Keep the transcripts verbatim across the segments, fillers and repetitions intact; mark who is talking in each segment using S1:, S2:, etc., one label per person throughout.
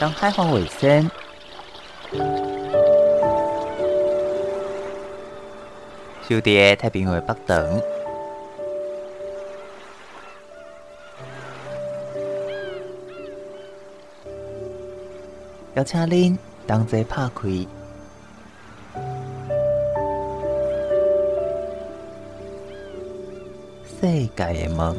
S1: 当海防卫生。就伫太平洋的北端，邀请恁同齐拍开世界的门。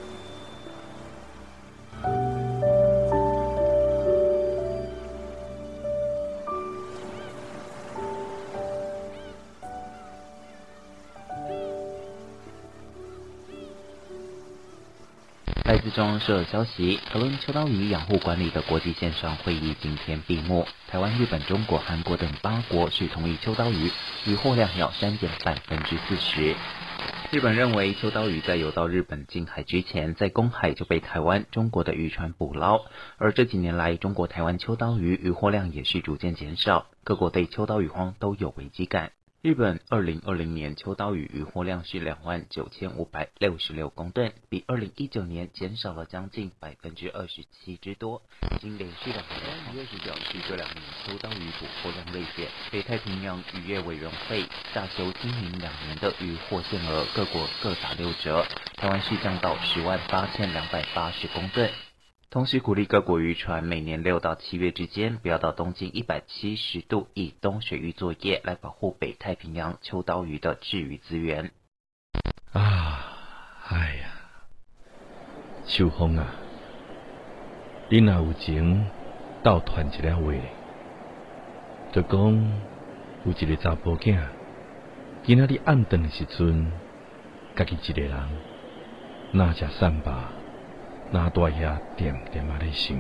S1: 来自中央社消息，讨论秋刀鱼养护管理的国际线上会议今天闭幕。台湾、日本、中国、韩国等八国是同意秋刀鱼渔获量要删减百分之四十。日本认为秋刀鱼在游到日本近海之前，在公海就被台湾、中国的渔船捕捞。而这几年来，中国台湾秋刀鱼渔获量也是逐渐减少，各国对秋刀鱼荒都有危机感。日本二零二零年秋刀鱼渔获量是两万九千五百六十六公吨，比二零一九年减少了将近百分之二十七之多，已经连续两年。业者表示，这两年秋刀鱼捕获量锐减，北太平洋渔业委员会下修今明两年的渔获限额，各国各打六折，台湾是降到十万八千两百八十公吨。同时鼓励各国渔船每年六到七月之间不要到东经一百七十度以东水域作业，来保护北太平洋秋刀鱼的治渔资源。
S2: 啊，哎呀，秋风啊，你若有情斗传一个话，就讲有一个查甫囝，今仔日暗顿的时阵，家己一个人，若食散吧。那在遐点点啊咧想，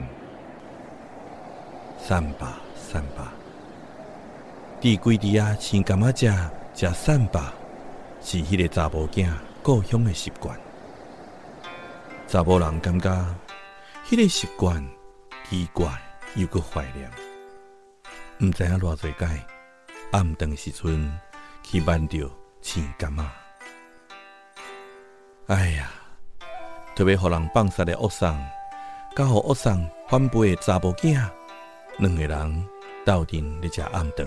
S3: 散吧散吧，伫规地啊青柑仔食食散吧，是迄个查某囝故乡的习惯。查某人感觉迄个习惯奇怪又阁怀念，毋知影偌侪届暗顿时阵去挽着青柑仔。哎呀！特别互人放杀的恶送，甲互恶送反背的查某囝，两个人斗阵咧食暗顿。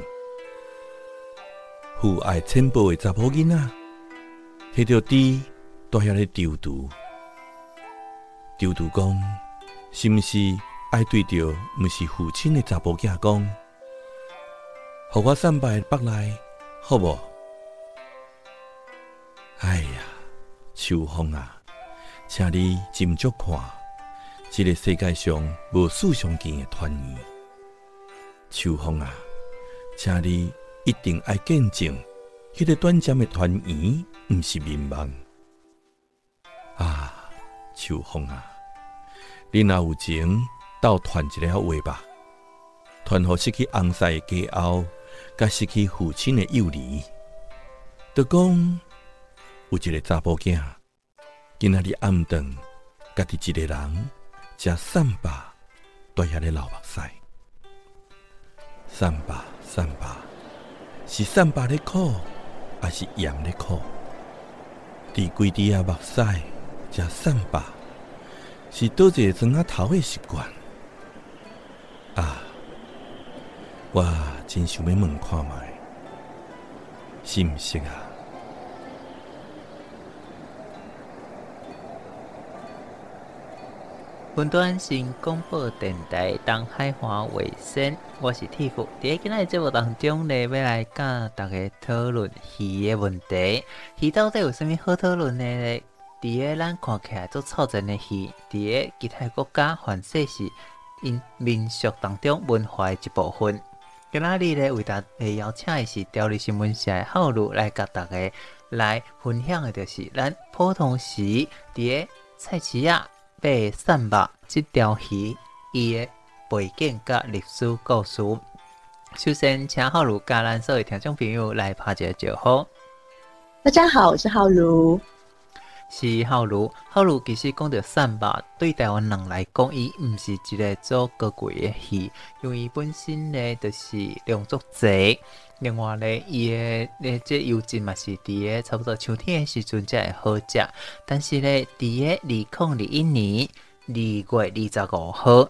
S3: 父爱浅薄的查某囡仔，摕着猪在遐咧丢毒，丢毒讲，是毋是爱对着毋是父亲的查某囝讲，互我散摆北来，好无？哎呀，秋风啊！请你斟酌看，这个世界上无史上见的团圆。秋风啊，请你一定要见证，迄个短暂的团圆，毋是眠梦。啊，秋风啊，你若有情，斗传一个话吧，传互失去翁婿的家后，甲失去父亲的幼儿。就讲有一个查甫囝。今仔日暗顿，家己一个人食散吧，在遐咧流目屎。散吧散吧，是散吧咧苦，还是盐咧苦？伫规地啊目屎食散吧，是倒一个庄仔头的习惯。啊，我真想要问看卖，是毋是啊？
S1: 云端新广播电台东海华卫生，我是 Tiff。伫今仔节目当中呢，要来甲大家讨论鱼的问题。鱼到底有啥物好讨论的呢？伫个咱看起来做臭真的鱼，伫个其他国家反正是因民俗当中文化的一部分。今仔日呢，为大家邀请的是条理新闻社的浩如来甲大家来分享的，就是咱普通时伫个菜市仔。被散吧这条鱼伊的背景甲历史故事。首先，请浩如甲咱所有听众朋友来拍一个招呼。
S4: 大家好，我是浩如。
S1: 是浩如，浩如其实讲到散吧，对台湾人来讲，伊毋是一个做高贵的鱼，因为伊本身呢就是量足济。另外呢，伊的呢这油浸嘛是伫个差不多秋天的时阵才会好食，但是呢，伫个二零二一年二月二十五号，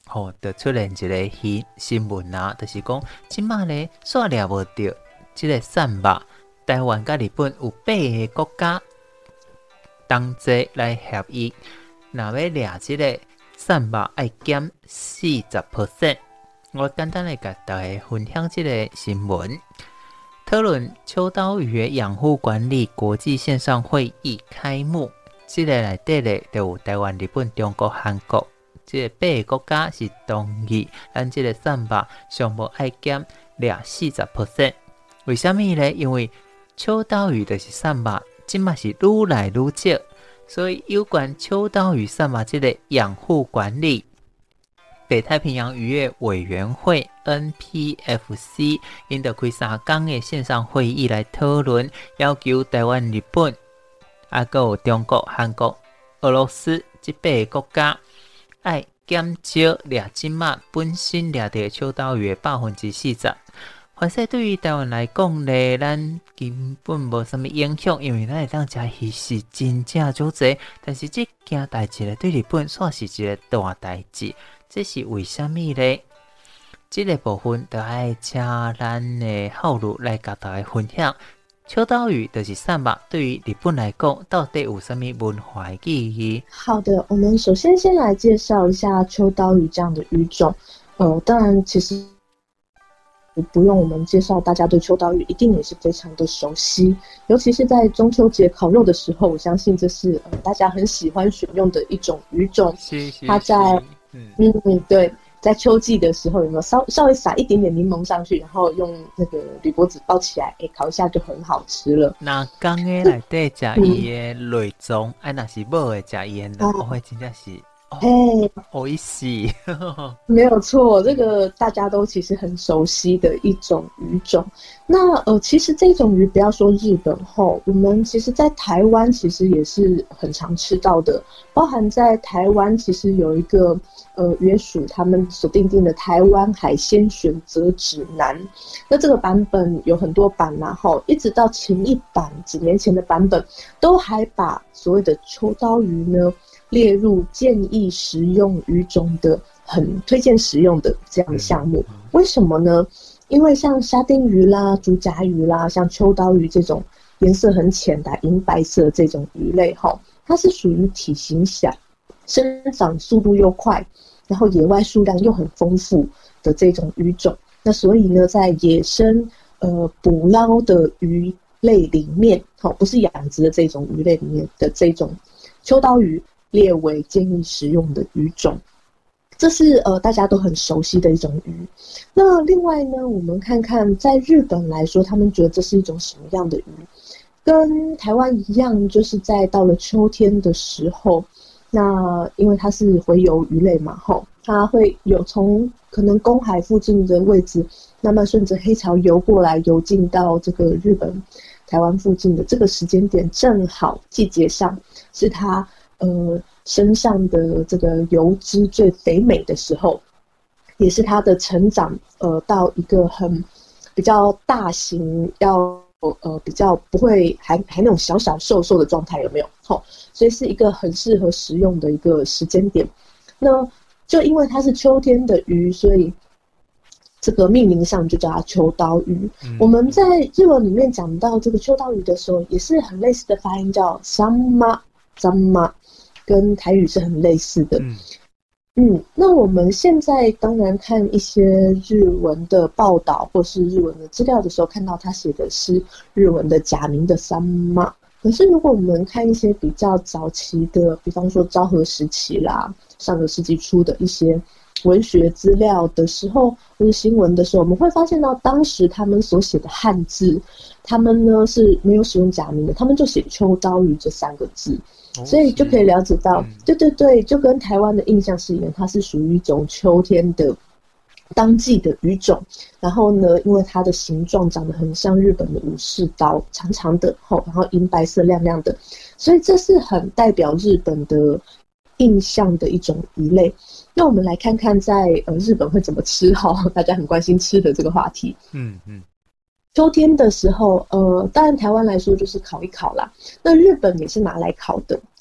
S5: 吼，就出现一个新新闻啊，就是讲，即马咧煞掠无着即个散肉，台湾甲日本有八个国家同齐来协议，若要掠即个散肉，爱减四十 percent。我简单来甲大家分享即个新闻，讨论秋刀鱼的养护管理国际线上会议开幕。即个内底咧，就有台湾、日本、中国、韩国，即个八个国家是同意，咱即个散肉上无爱减掠四十 percent。为什么呢？因为秋刀鱼就是散肉，即嘛是愈来愈少，所以有关秋刀鱼散肉即个养护管理，北太平洋渔业委员会 N P F C 因着开三天的线上会议来讨论，要求台湾、日本。啊，还有中国、韩国、俄罗斯这八个国家，爱减少掠即马本身掠到秋刀鱼的百分之四十。反正对于台湾来讲咧，咱根本无什么影响，因为咱会当食鱼是真正足济。但是这件代志咧，对日本算是一个大代志。这是为什么咧？这个部分就爱请咱的浩如来甲大家分享。秋刀鱼就是散肉，对于日本来讲，到底有什么文化的意义？
S4: 好的，我们首先先来介绍一下秋刀鱼这样的鱼种。呃，当然，其实不用我们介绍，大家对秋刀鱼一定也是非常的熟悉。尤其是在中秋节烤肉的时候，我相信这是呃大家很喜欢选用的一种鱼种。
S5: 是是是，
S4: 它在嗯嗯对。在秋季的时候，有没有稍稍微撒一点点柠檬上去，然后用那个铝箔纸包起来，哎，烤一下就很好吃了。
S5: 那刚个内底食伊的内脏，哎，那是无的食伊的内，哦，真正是。
S4: 嘿，
S5: おいしい，
S4: 没有错，这个大家都其实很熟悉的一种鱼种。那呃，其实这种鱼不要说日本后，我们其实在台湾其实也是很常吃到的，包含在台湾其实有一个呃渔署他们所订定的台湾海鲜选择指南。那这个版本有很多版啦，吼，一直到前一版几年前的版本，都还把所谓的秋刀鱼呢列入建议食用鱼种的很推荐食用的这样的项目。为什么呢？因为像沙丁鱼啦、竹荚鱼啦，像秋刀鱼这种颜色很浅的银白色这种鱼类，它是属于体型小、生长速度又快，然后野外数量又很丰富的这种鱼种。那所以呢，在野生呃捕捞的鱼类里面，不是养殖的这种鱼类里面的这种秋刀鱼列为建议食用的鱼种，这是呃大家都很熟悉的一种鱼。那另外呢，我们看看在日本来说，他们觉得这是一种什么样的鱼？跟台湾一样，就是在到了秋天的时候，那因为它是洄游鱼类嘛，吼，它会有从可能公海附近的位置，慢慢顺着黑潮游过来，游进到这个日本、台湾附近的这个时间点，正好季节上是它。呃，身上的这个油脂最肥美的时候，也是它的成长呃到一个很比较大型，要呃比较不会还还那种小小瘦瘦的状态，有没有？好、哦，所以是一个很适合食用的一个时间点。那就因为它是秋天的鱼，所以这个命名上就叫它秋刀鱼。嗯、我们在日文里面讲到这个秋刀鱼的时候，也是很类似的发音，叫サンマ、サンマ。跟台语是很类似的。嗯, 嗯，那我们现在当然看一些日文的报道或是日文的资料的时候，看到他写的是日文的假名的三马。可是如果我们看一些比较早期的，比方说昭和时期啦，上个世纪初的一些文学资料的时候，或是新闻的时候，我们会发现到当时他们所写的汉字，他们呢是没有使用假名的，他们就写秋刀鱼这三个字。所以就可以了解到，对对对，就跟台湾的印象是一样，它是属于一种秋天的当季的鱼种。然后呢，因为它的形状长得很像日本的武士刀，长长的，然后银白色亮亮的，所以这是很代表日本的印象的一种鱼类。那我们来看看在呃日本会怎么吃哈，大家很关心吃的这个话题。嗯嗯。秋天的时候，呃，当然台湾来说就是烤一烤啦。那日本也是拿来烤的，吼、哦。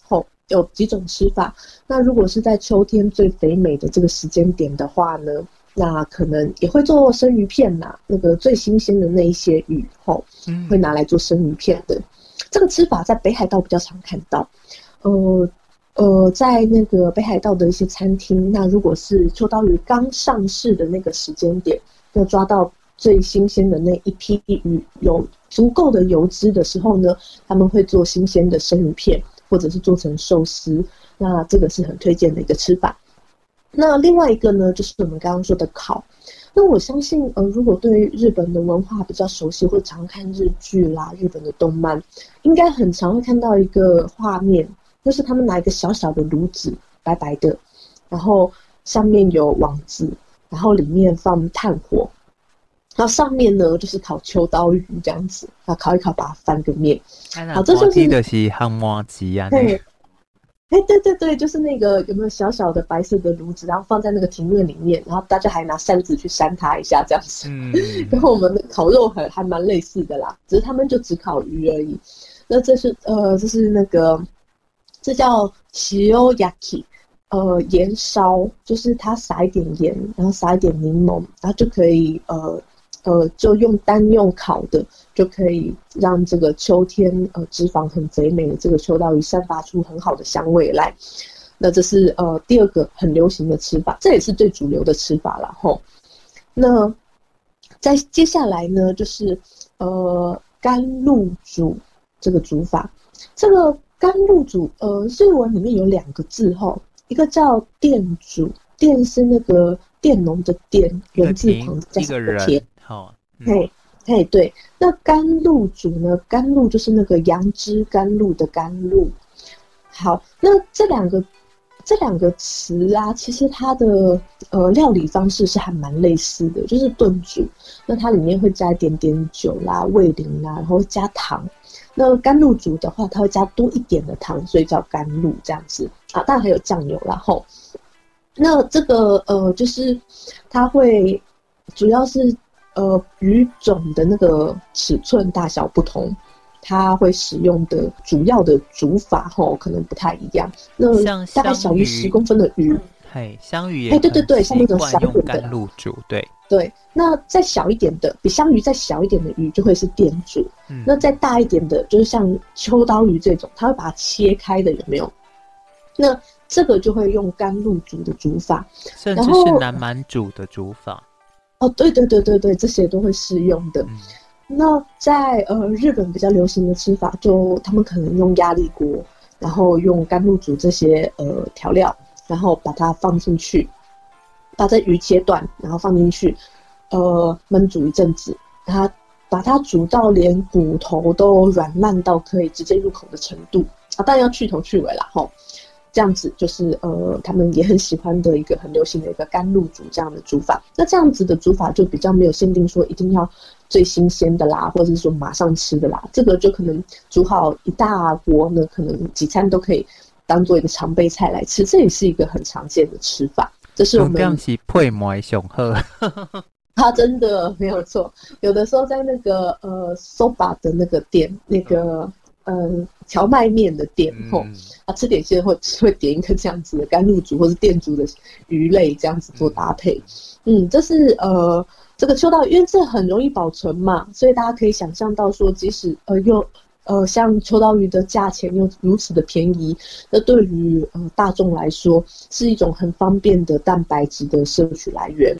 S4: 有几种吃法。那如果是在秋天最肥美的这个时间点的话呢，那可能也会做生鱼片啦，那个最新鲜的那一些鱼吼，会拿来做生鱼片的。这个吃法在北海道比较常看到，呃呃，在那个北海道的一些餐厅，那如果是秋刀鱼刚上市的那个时间点，要抓到最新鲜的那一批鱼，有足够的油脂的时候呢，他们会做新鲜的生鱼片，或者是做成寿司。那这个是很推荐的一个吃法。那另外一个呢，就是我们刚刚说的烤。那我相信，呃，如果对日本的文化比较熟悉，或常看日剧啦、日本的动漫，应该很常会看到一个画面，就是他们拿一个小小的炉子，白白的，然后上面有网子，然后里面放炭火，然后上面呢就是烤秋刀鱼这样子，然后烤一烤，把它翻个面。
S5: 好，这就是就是汉麻鸡啊。
S4: 对。哎，对对对，就是那个有没有小小的白色的炉子，然后放在那个庭院里面，然后大家还拿扇子去扇它一下，这样子。嗯，然后我们的烤肉还还蛮类似的啦，只是他们就只烤鱼而已。那这是呃，这是那个，这叫shiōyaki，呃，盐烧，就是它撒一点盐，然后撒一点柠檬，然后就可以呃。呃，就用单用烤的，就可以让这个秋天呃脂肪很肥美的这个秋刀鱼散发出很好的香味来。那这是呃第二个很流行的吃法，这也是最主流的吃法啦吼。那在接下来呢，就是呃甘露煮这个煮法。这个甘露煮呃日文里面有两个字吼，一个叫佃煮，佃是那个佃农的佃，人字旁加上个田。
S5: 好，
S4: 嘿，嘿，对，那甘露煮呢？甘露就是那个杨枝甘露的甘露。好，那这两个这两个词啊，其实它的呃料理方式是还蛮类似的，就是炖煮。那它里面会加一点点酒啦、味淋啦，然后加糖。那甘露煮的话，它会加多一点的糖，所以叫甘露这样子啊。当然还有酱油啦吼。那这个呃，就是它会主要是。呃，鱼种的那个尺寸大小不同，它会使用的主要的煮法吼可能不太一样。那大概小于十公分的鱼，
S5: 嘿，香鱼也
S4: 哎，对对对，像那种小一点的
S5: 甘露煮，对
S4: 对。那再小一点的，比香鱼再小一点的鱼就会是佃煮。嗯，那再大一点的，就是像秋刀鱼这种，它会把它切开的，有没有？那这个就会用甘露煮的煮法，
S5: 甚至是南蛮煮的煮法。
S4: 哦，对对对对对，这些都会适用的。嗯、那在呃日本比较流行的吃法，就他们可能用压力锅，然后用甘露煮这些呃调料，然后把它放进去，把这鱼切断，然后放进去，呃焖煮一阵子，它把它煮到连骨头都软烂到可以直接入口的程度啊，当然要去头去尾啦吼。这样子就是呃，他们也很喜欢的一个很流行的一个甘露煮这样的煮法。那这样子的煮法就比较没有限定说一定要最新鲜的啦，或者是说马上吃的啦。这个就可能煮好一大锅呢，可能几餐都可以当做一个常备菜来吃，这也是一个很常见的吃法。这是我们。
S5: 这是配糜上好。
S4: 它真的没有错，有的时候在那个呃 soba 的那个店，那个。呃，荞麦面的店吼，啊，吃点心会会点一个这样子的甘露煮或是佃煮的鱼类，这样子做搭配。嗯，这是呃这个秋刀鱼，因为这很容易保存嘛，所以大家可以想象到说，即使呃又呃像秋刀鱼的价钱又如此的便宜，那对于呃大众来说是一种很方便的蛋白质的摄取来源。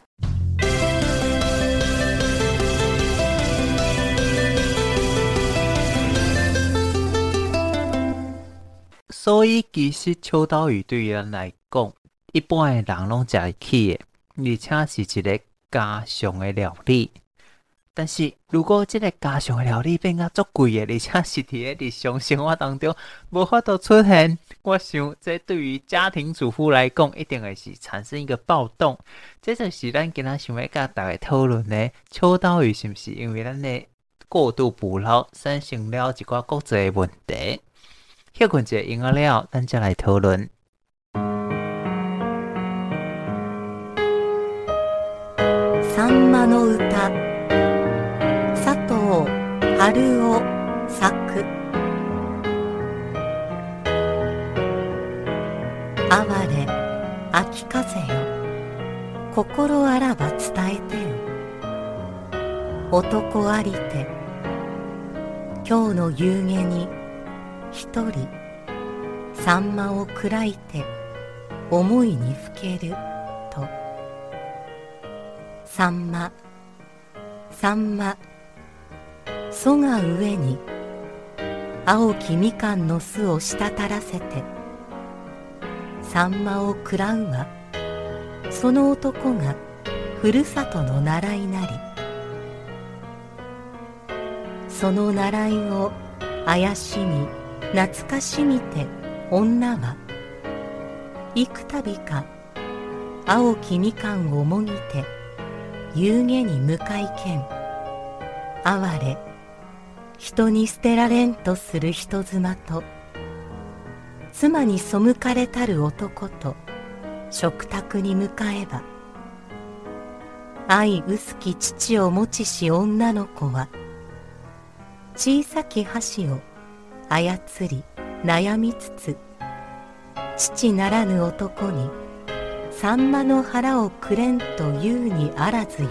S5: 所以其实秋刀鱼对于咱来讲，一般的人拢食得起的，而且是一个家常的料理。但是如果这个家常的料理变啊足贵的，而且是伫个日常生活当中无法度出现，我想这对于家庭主妇来讲，一定会是产生一个暴动。这就是咱今仔想要甲大家讨论的，秋刀鱼是不是因为咱的过度捕捞产生了一寡国际的问题？休困一下音乐了，咱再来讨論。
S6: さんまの歌、佐藤春夫作。 哀れ秋風よ、心あらば伝えてよ。男ありて今日の夕げに一人サンマを砕いて思いにふけると。サンマサンマ、そが上に青きみかんの巣を滴らせてサンマを食らうはその男がふるさとの習いなり。その習いを怪しみ懐かしみて女は幾度か青きみかんをもぎて夕げに向かいけん。哀れ人に捨てられんとする人妻と妻に背かれたる男と食卓に向かえば、愛薄き父を持ちし女の子は小さき箸を操り悩みつつ、父ならぬ男にサンマの腹をくれんというにあらずや。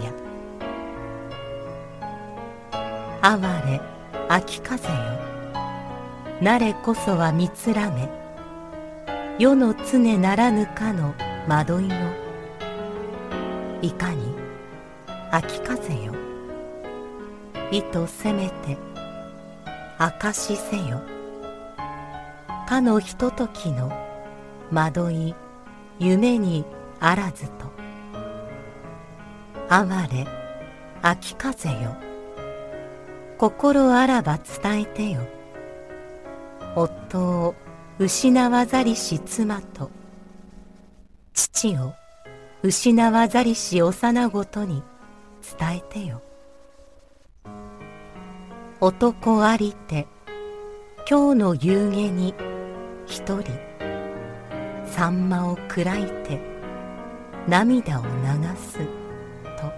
S6: 哀れ秋風よ、なれこそはみつらめ、世の常ならぬかの惑いの。いかに秋風よ、意とせめて明かしせよ。かのひとときの惑い夢にあらずと。哀れ秋風よ、心あらば伝えてよ。夫を失わざりし妻と父を失わざりし幼子とに伝えてよ。男ありて今日の夕げに一人サンマを砕いて涙を流すと。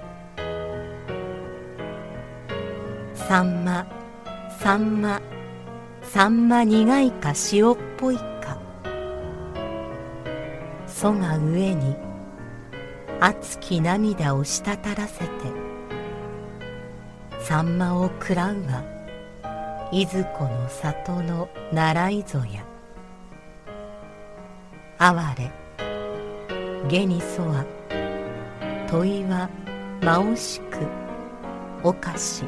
S6: サンマサンマサンマ苦いか塩っぽいか。そが上に熱き涙を滴らせてサンマを食らうはいずこの里の習いぞや。哀れ下にそは問いはまおしくおかし。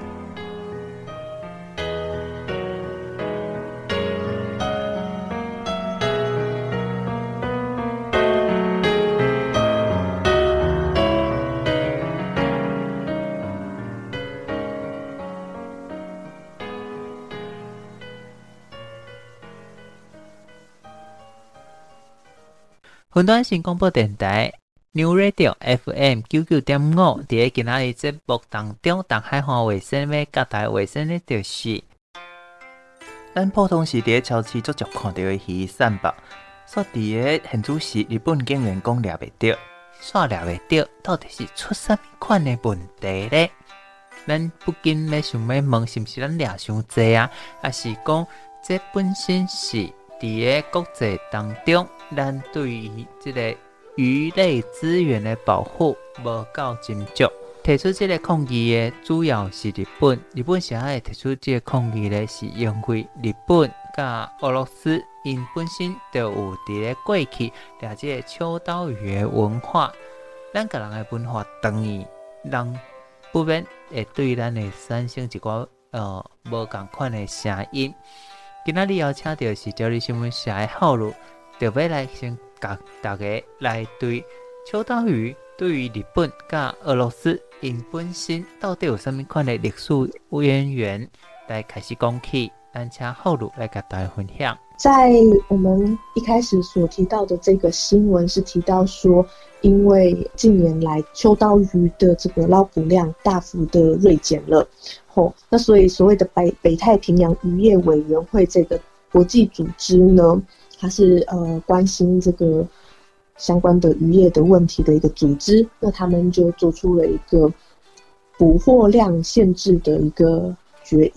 S5: 雲端新廣播電台 New Radio F M 九九點五，佇個今仔日節目當中，東海岸衛星要甲大家衛星的就是咱普通時佇個超市足足看到的魚散吧，煞佇個現主時日本警員講掠袂到，煞掠袂到，到底是出啥物款的問題咧？咱不禁要想要問，是毋是咱掠傷濟啊？還是講這本身是？佇個國際當中，咱對於這個魚類資源的保護無夠斟酌。提出這個抗議的主要是日本，日本社會提出這個抗議呢，是因為日本甲俄羅斯因本身就有佇個過去掠這個秋刀魚的文化，咱甲人的文化等於人不免會對咱的產生一寡呃無共款的聲音。今仔日邀請到是朝日新聞社的浩如，就要來先甲大家來對秋刀魚對於日本甲俄羅斯因本身到底有啥物款的歷史淵源，來開始講起。咱請浩如來甲大家分享。
S4: 在我們一開始所提到的這個新聞是提到說，因為近年來秋刀魚的這個撈捕量大幅的銳減了。哦，那所以所謂的北北太平洋漁業委員會這個國際組織呢，它是呃關心這個相關的漁業的問題的一個組織，那他們就做出了一個捕獲量限制的一個決議。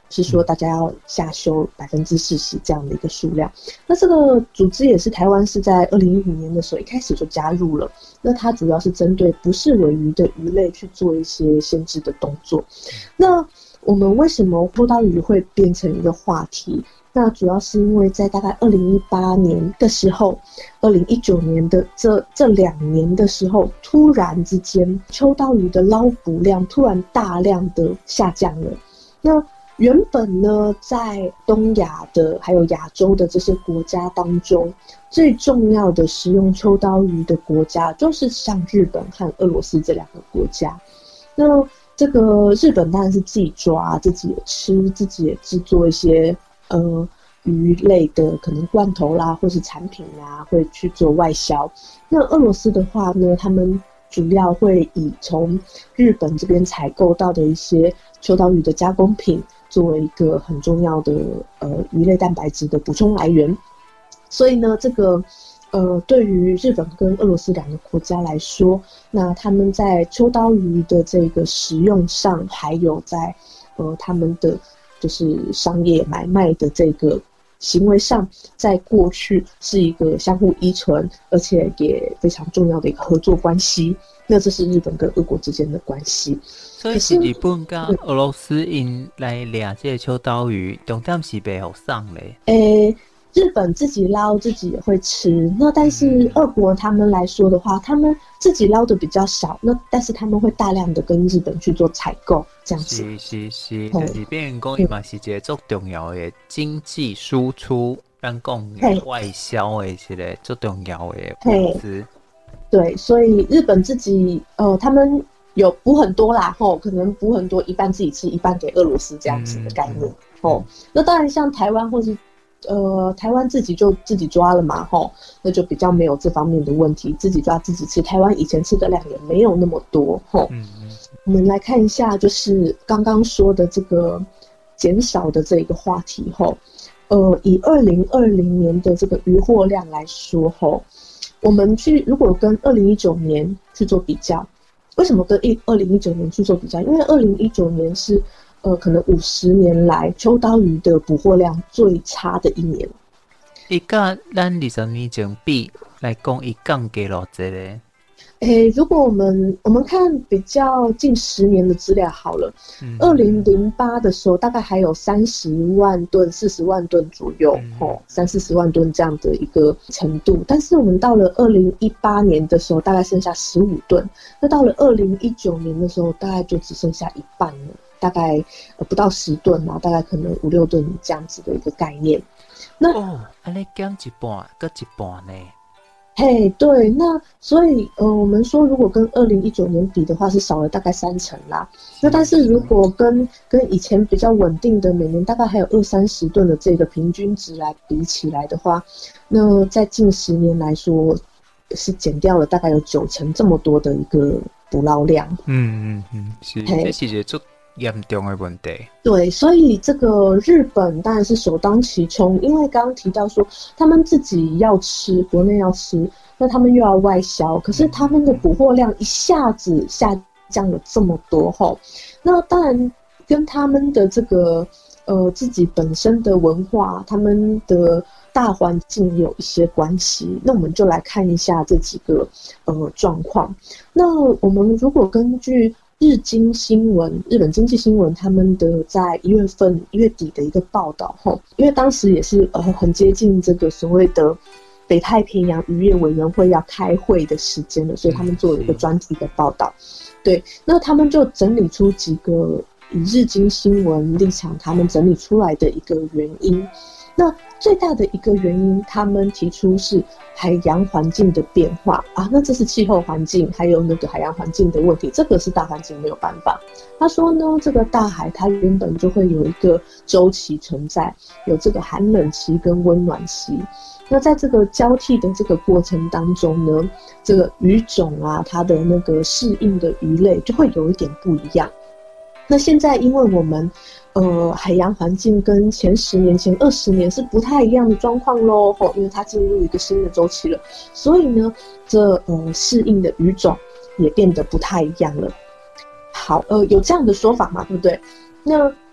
S4: 是说大家要下修百分之四十这样的一个数量。那这个组织也是台湾是在二零一五年的时候一开始就加入了。那它主要是针对不是尾鱼的鱼类去做一些限制的动作。那我们为什么秋刀鱼会变成一个话题？那主要是因为在大概二零一八年的时候，二零一九年的这这两年的时候，突然之间秋刀鱼的捞捕量突然大量的下降了。那原本呢，在东亚的还有亚洲的这些国家当中，最重要的食用秋刀鱼的国家就是像日本和俄罗斯这两个国家。那这个日本当然是自己抓，自己也吃，自己也制作一些呃鱼类的可能罐头啦，或是产品啦，会去做外销。那俄罗斯的话呢，他们主要会以从日本这边采购到的一些秋刀鱼的加工品作为一个很重要的呃鱼类蛋白质的补充来源。所以呢，这个呃对于日本跟俄罗斯两个国家来说，那他们在秋刀鱼的这个食用上，还有在呃他们的就是商业买卖的这个行为上，在过去是一个相互依存，而且也非常重要的一个合作关系。那这是日本跟俄国之间的关系。
S5: 所以是日本跟俄罗斯因来掠这个秋刀鱼，重点是袂互送嘞。
S4: 诶、欸，日本自己捞自己也会吃，那但是俄国他们来说的话，他们自己捞的比较少，那但是他们会大量的跟日本去做采购，这样子。
S5: 是是是，就是变成讲伊嘛是一个最重要的经济输出，咱讲外销的一个最重要的物资。
S4: 对，所以日本自己呃，他们有捕很多啦，吼，可能捕很多，一半自己吃，一半给俄罗斯这样子的概念，吼、嗯。那当然，像台湾或是呃台湾自己就自己抓了嘛，吼，那就比较没有这方面的问题，自己抓自己吃。台湾以前吃的量也没有那么多，吼。嗯嗯。我们来看一下，就是刚刚说的这个减少的这一个话题，吼，呃，以二零二零年的这个渔获量来说，吼。我们去如果跟二零一九年去做比较，为什么跟二零一九年去做比较？因为二零一九年是呃可能五十年来秋刀鱼的捕获量最差的一年。
S5: 伊甲咱二十年前比来讲，伊降低了这个。
S4: 诶，如果我们我们看比较近十年的资料好了，二零零八的时候大概还有三十万吨、四十万吨左右，哦、嗯，三四十万吨这样的一个程度。但是我们到了二零一八年的时候，大概剩下十五吨。那到了二零一九年的时候，大概就只剩下一半了，大概呃不到十吨嘛，大概可能五六吨这样子的一个概念。那
S5: 哦，安尼减一半，搁一半呢？
S4: 嘿、hey, 对，那所以呃，我们说如果跟二零一九年比的话，是少了大概三成啦。那但是如果跟跟以前比较稳定的每年大概还有二三十吨的这个平均值来比起来的话，那在近十年来说是减掉了大概有九成这么多的一个捕捞量。
S5: 嗯嗯嗯，是，这是一个最严重的问题。
S4: 对，所以这个日本当然是首当其冲，因为刚刚提到说他们自己要吃，国内要吃，那他们又要外销，可是他们的捕获量一下子下降了这么多吼，那当然跟他们的这个呃自己本身的文化、他们的大环境有一些关系。那我们就来看一下这几个呃状况。那我们如果根据日经新闻、日本经济新闻他们的在一月份一月底的一个报道后，因为当时也是呃很接近这个所谓的北太平洋渔业委员会要开会的时间了，所以他们做了一个专题的报道。对，那他们就整理出几个以日经新闻立场他们整理出来的一个原因。那最大的一个原因，他们提出是海洋环境的变化啊，那这是气候环境，还有那个海洋环境的问题，这个是大环境没有办法。他说呢，这个大海它原本就会有一个周期存在，有这个寒冷期跟温暖期。那在这个交替的这个过程当中呢，这个鱼种啊，它的那个适应的鱼类就会有一点不一样。那现在因为我们呃海洋环境跟前十年前二十年是不太一样的状况咯，因为它进入一个新的周期了，所以呢这呃适应的鱼种也变得不太一样了。好，呃有这样的说法嘛，对不对？那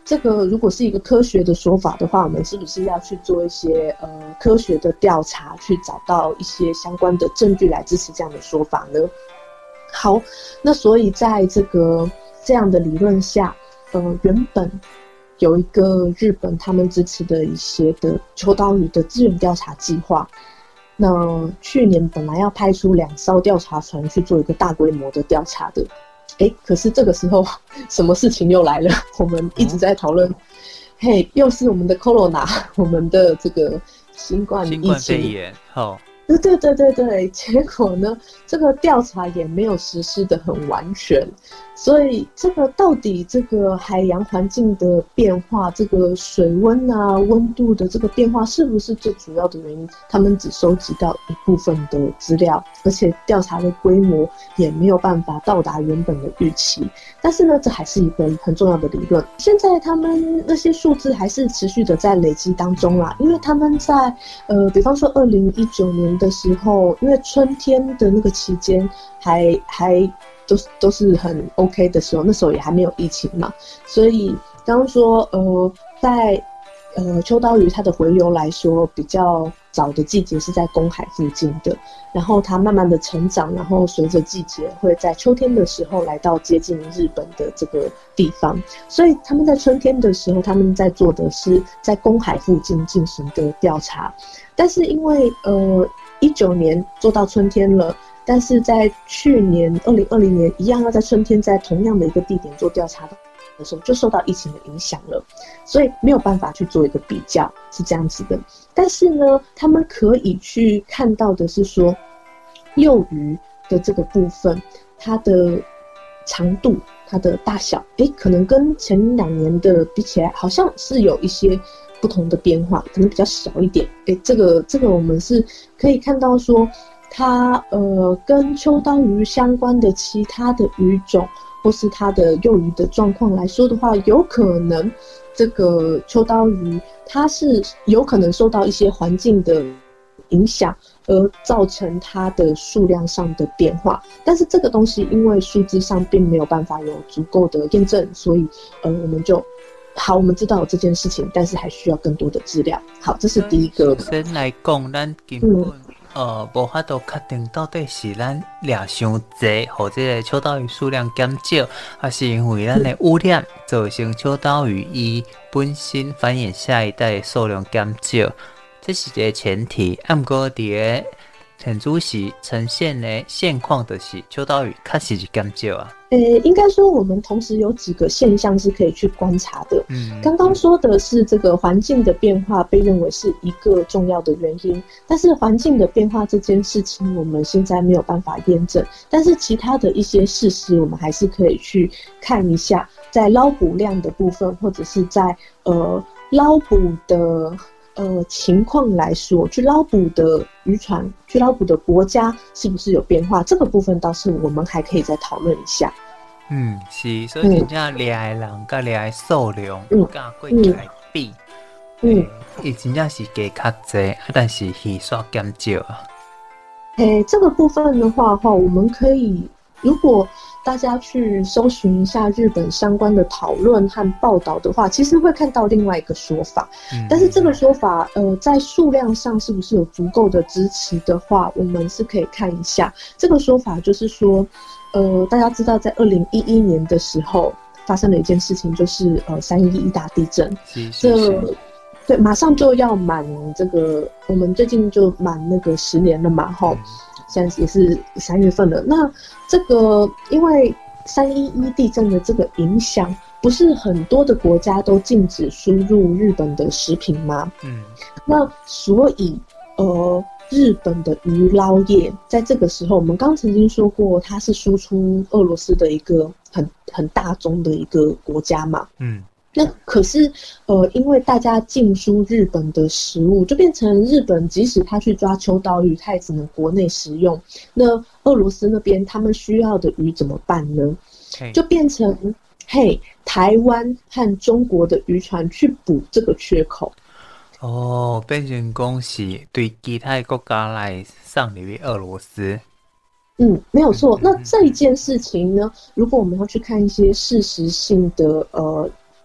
S4: 这个如果是一个科学的说法的话，我们是不是要去做一些呃科学的调查，去找到一些相关的证据来支持这样的说法呢？好，那所以在这个这样的理论下，呃，原本有一个日本他们支持的一些的秋刀鱼的资源调查计划。那去年本来要派出两艘调查船去做一个大规模的调查的，哎，可是这个时候什么事情又来了？我们一直在讨论，嘿，又是我们的 Corona， 我们的这个新冠疫情，
S5: 新冠肺炎，好。
S4: 对对对对对，结果呢，这个调查也没有实施得很完全，所以这个到底这个海洋环境的变化，这个水温啊、温度的这个变化，是不是最主要的原因？他们只收集到一部分的资料，而且调查的规模也没有办法到达原本的预期。但是呢，这还是一个很重要的理论。现在他们那些数字还是持续的在累积当中啦，因为他们在呃，比方说二零一九年的时候，因为春天的那个期间还还都是都是很 OK 的时候，那时候也还没有疫情嘛，所以刚刚说呃，在呃秋刀鱼它的洄游来说，比较早的季节是在公海附近的，然后它慢慢的成长，然后随着季节会在秋天的时候来到接近日本的这个地方，所以他们在春天的时候，他们在做的是在公海附近进行的调查，但是因为呃一九年做到春天了，但是在去年二零二零年一样要在春天在同样的一个地点做调查的时候，就受到疫情的影响了，所以没有办法去做一个比较，是这样子的。但是呢，他们可以去看到的是说，幼鱼的这个部分，它的长度、它的大小，诶，可能跟前两年的比起来，好像是有一些不同的变化，可能比较小一点。诶，这个这个我们是可以看到说，它呃跟秋刀鱼相关的其他的鱼种，或是它的幼鱼的状况来说的话，有可能这个秋刀鱼它是有可能受到一些环境的影响，而造成它的数量上的变化。但是这个东西因为数字上并没有办法有足够的验证，所以呃我们就好，我们知道有这件事情，但是还需要更多的资料。好，这是第一个。
S5: 首先来讲，咱根本、嗯、呃无法度确定到底是咱掠伤济，或者个秋刀鱼数量减少，还是因为咱的污染造成秋刀鱼伊本身繁衍下一代的数量减少，这是一个前提。啊，不过伫个陈主席呈现的现况的是秋刀鱼确实是减少啊。
S4: 呃，应该说我们同时有几个现象是可以去观察的。嗯，刚刚说的是这个环境的变化被认为是一个重要的原因，但是环境的变化这件事情我们现在没有办法验证，但是其他的一些事实我们还是可以去看一下，在捞捕量的部分，或者是在呃捞捕的呃情况来说，去捞捕的渔船、去捞捕的国家是不是有变化？这个部分倒是我们还可以再讨论一下。
S5: 嗯，是，所以真正掠的人甲掠的数量，甲过去来比，嗯，伊真正是加较济，但是鱼数减少啊。
S4: 诶，这个部分的话，哈，我们可以，如果大家去搜寻一下日本相关的讨论和报道的话，其实会看到另外一个说法。嗯、但是这个说法，呃，在数量上是不是有足够的支持的话，我们是可以看一下。这个说法就是说，呃，大家知道在二零一一年的时候发生了一件事情，就是呃三一一大地震。
S5: 是是是
S4: 这对，马上就要满这个，我们最近就满那个十年了嘛，哈。嗯，现在也是三月份了。那这个因为三一一地震的这个影响，不是很多的国家都禁止输入日本的食品吗？嗯，那所以呃，日本的渔捞业在这个时候，我们刚曾经说过，它是输出俄罗斯的一个很很大宗的一个国家嘛。嗯。那可是，呃，因为大家禁输日本的食物，就变成日本即使他去抓秋刀鱼，他也只能国内食用。那俄罗斯那边他们需要的鱼怎么办呢？ Okay. 就变成嘿，台湾和中国的渔船去补这个缺口。
S5: 哦，变成讲是对其他国家来送礼于俄罗斯。
S4: 嗯，没有错。那这一件事情呢，如果我们要去看一些事实性的呃。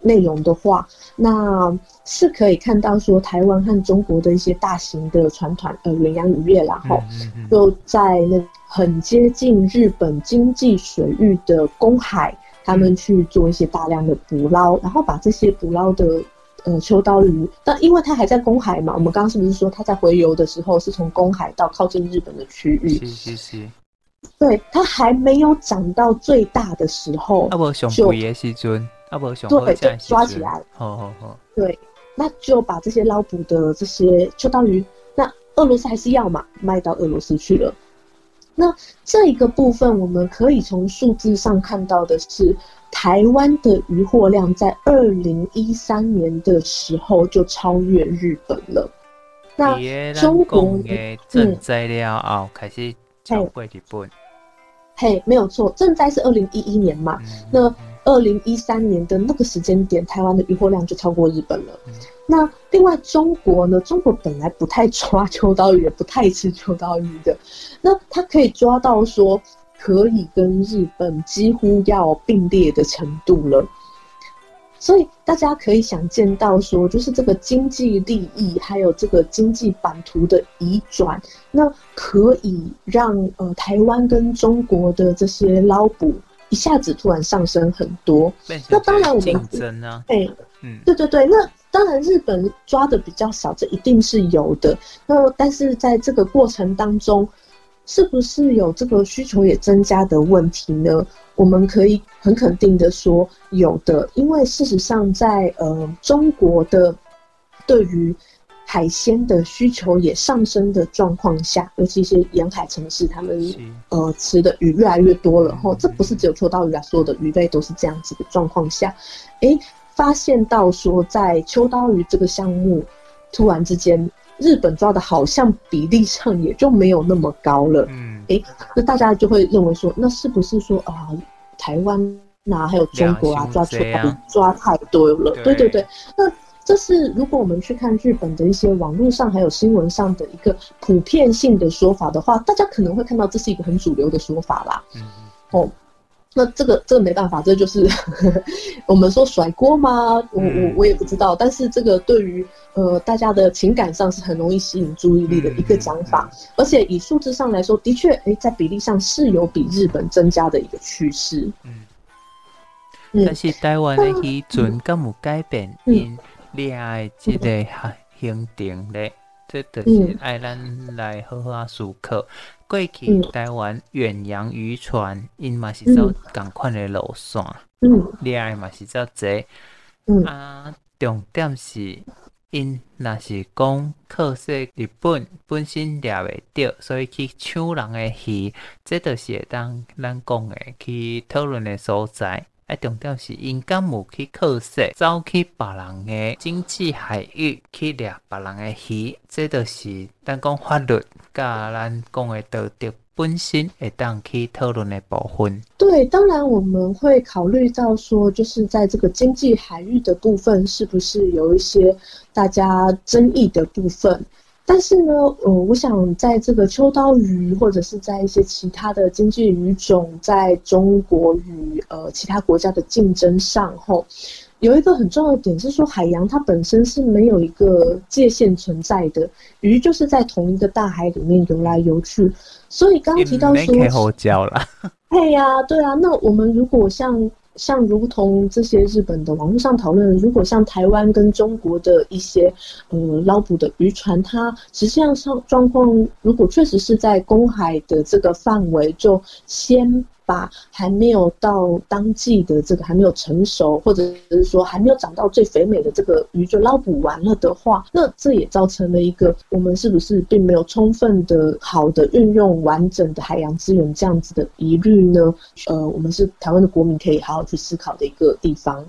S4: 内容的话，那是可以看到说台湾和中国的一些大型的船团呃远洋渔业，然后就在那很接近日本经济水域的公海，他们去做一些大量的捕捞，然后把这些捕捞的呃秋刀鱼，但因为它还在公海嘛，我们刚刚是不是说它在回游的时候是从公海到靠近日本的区域？
S5: 是是是。
S4: 对，它还没有长到最大的时候，
S5: 啊无上贵的时阵，啊无上好
S4: 对，就
S5: 价的时
S4: 抓起来，
S5: 好好好，
S4: 对，那就把这些捞捕的这些秋刀鱼，那俄罗斯还是要嘛，卖到俄罗斯去了。那这一个部分，我们可以从数字上看到的是，台湾的渔获量在二零一三年的时候就超越日本了。那中国
S5: 的赈灾了后开始超过日本。
S4: 嘿，没有错，赈灾是二零一一年嘛，嗯、那二零一三年的那个时间点，台湾的渔获量就超过日本了。嗯、那另外中国呢，中国本来不太抓秋刀鱼，也不太吃秋刀鱼的，那它可以抓到说可以跟日本几乎要并列的程度了。所以大家可以想见到说，就是这个经济利益还有这个经济版图的移转，那可以让呃台湾跟中国的这些捞捕一下子突然上升很多。那当然我们
S5: 竞争啊，
S4: 哎、欸，嗯，对对对，那当然日本抓的比较少，这一定是有的。那但是在这个过程当中，是不是有这个需求也增加的问题呢？我们可以很肯定的说有的，因为事实上在呃中国的对于海鲜的需求也上升的状况下，尤其是沿海城市，他们呃吃的鱼越来越多了，吼，这不是只有秋刀鱼啊，所有的鱼类都是这样子的状况下，哎，发现到说在秋刀鱼这个项目，突然之间日本抓的好像比例上也就没有那么高了，嗯，哎，那大家就会认为说，那是不是说啊、呃，台湾啊，还有中国啊，抓秋刀鱼抓太多了？对对对，那这是如果我们去看日本的一些网络上还有新闻上的一个普遍性的说法的话，大家可能会看到这是一个很主流的说法啦。嗯，哦。那这个这个没办法，这就是呵呵我们说甩锅吗？我我我也不知道，但是这个对于呃大家的情感上是很容易吸引注意力的一个讲法，而且以数字上来说，的确，哎，在比例上是有比日本增加的一个趋势。嗯，
S5: 嗯但是台湾的渔船敢有改变因掠的这个行程咧？这就是爱咱来好好啊思考。过去台湾远洋渔船，因嘛是走同款的路线，掠的嘛是走济。啊，重点是因若是讲靠说日本本身掠袂到，所以去抢人的鱼，这就是会当咱讲的去讨论的所在。啊，重点是因敢有去靠说走去别人的经济海域去掠别人的鱼，这就是咱讲法律甲咱讲的道德本身会当去讨论的部分。
S4: 对，当然我们会考虑到说，就是在这个经济海域的部分，是不是有一些大家争议的部分？但是呢，呃，我想在这个秋刀鱼，或者是在一些其他的经济鱼种，在中国与呃其他国家的竞争上，吼，有一个很重要的点是说，海洋它本身是没有一个界限存在的，鱼就是在同一个大海里面游来游去，所以刚刚提到说，
S5: 没好教啦，
S4: 对呀、啊，对啊，那我们如果像。像如同这些日本的网络上讨论，如果像台湾跟中国的一些呃捞捕的渔船，它实际上上状况，如果确实是在公海的这个范围，就先把还没有到当季的这个还没有成熟，或者是说还没有长到最肥美的这个鱼就捞捕完了的话，那这也造成了一个我们是不是并没有充分的好的运用完整的海洋资源这样子的疑虑呢？呃，我们是台湾的国民可以好好去思考的一个地方。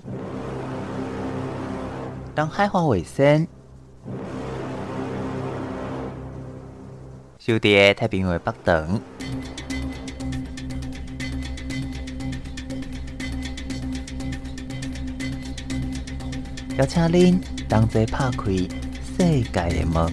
S5: 当海化卫生，收伫太平洋北长。邀请恁同齐拍开世界的门。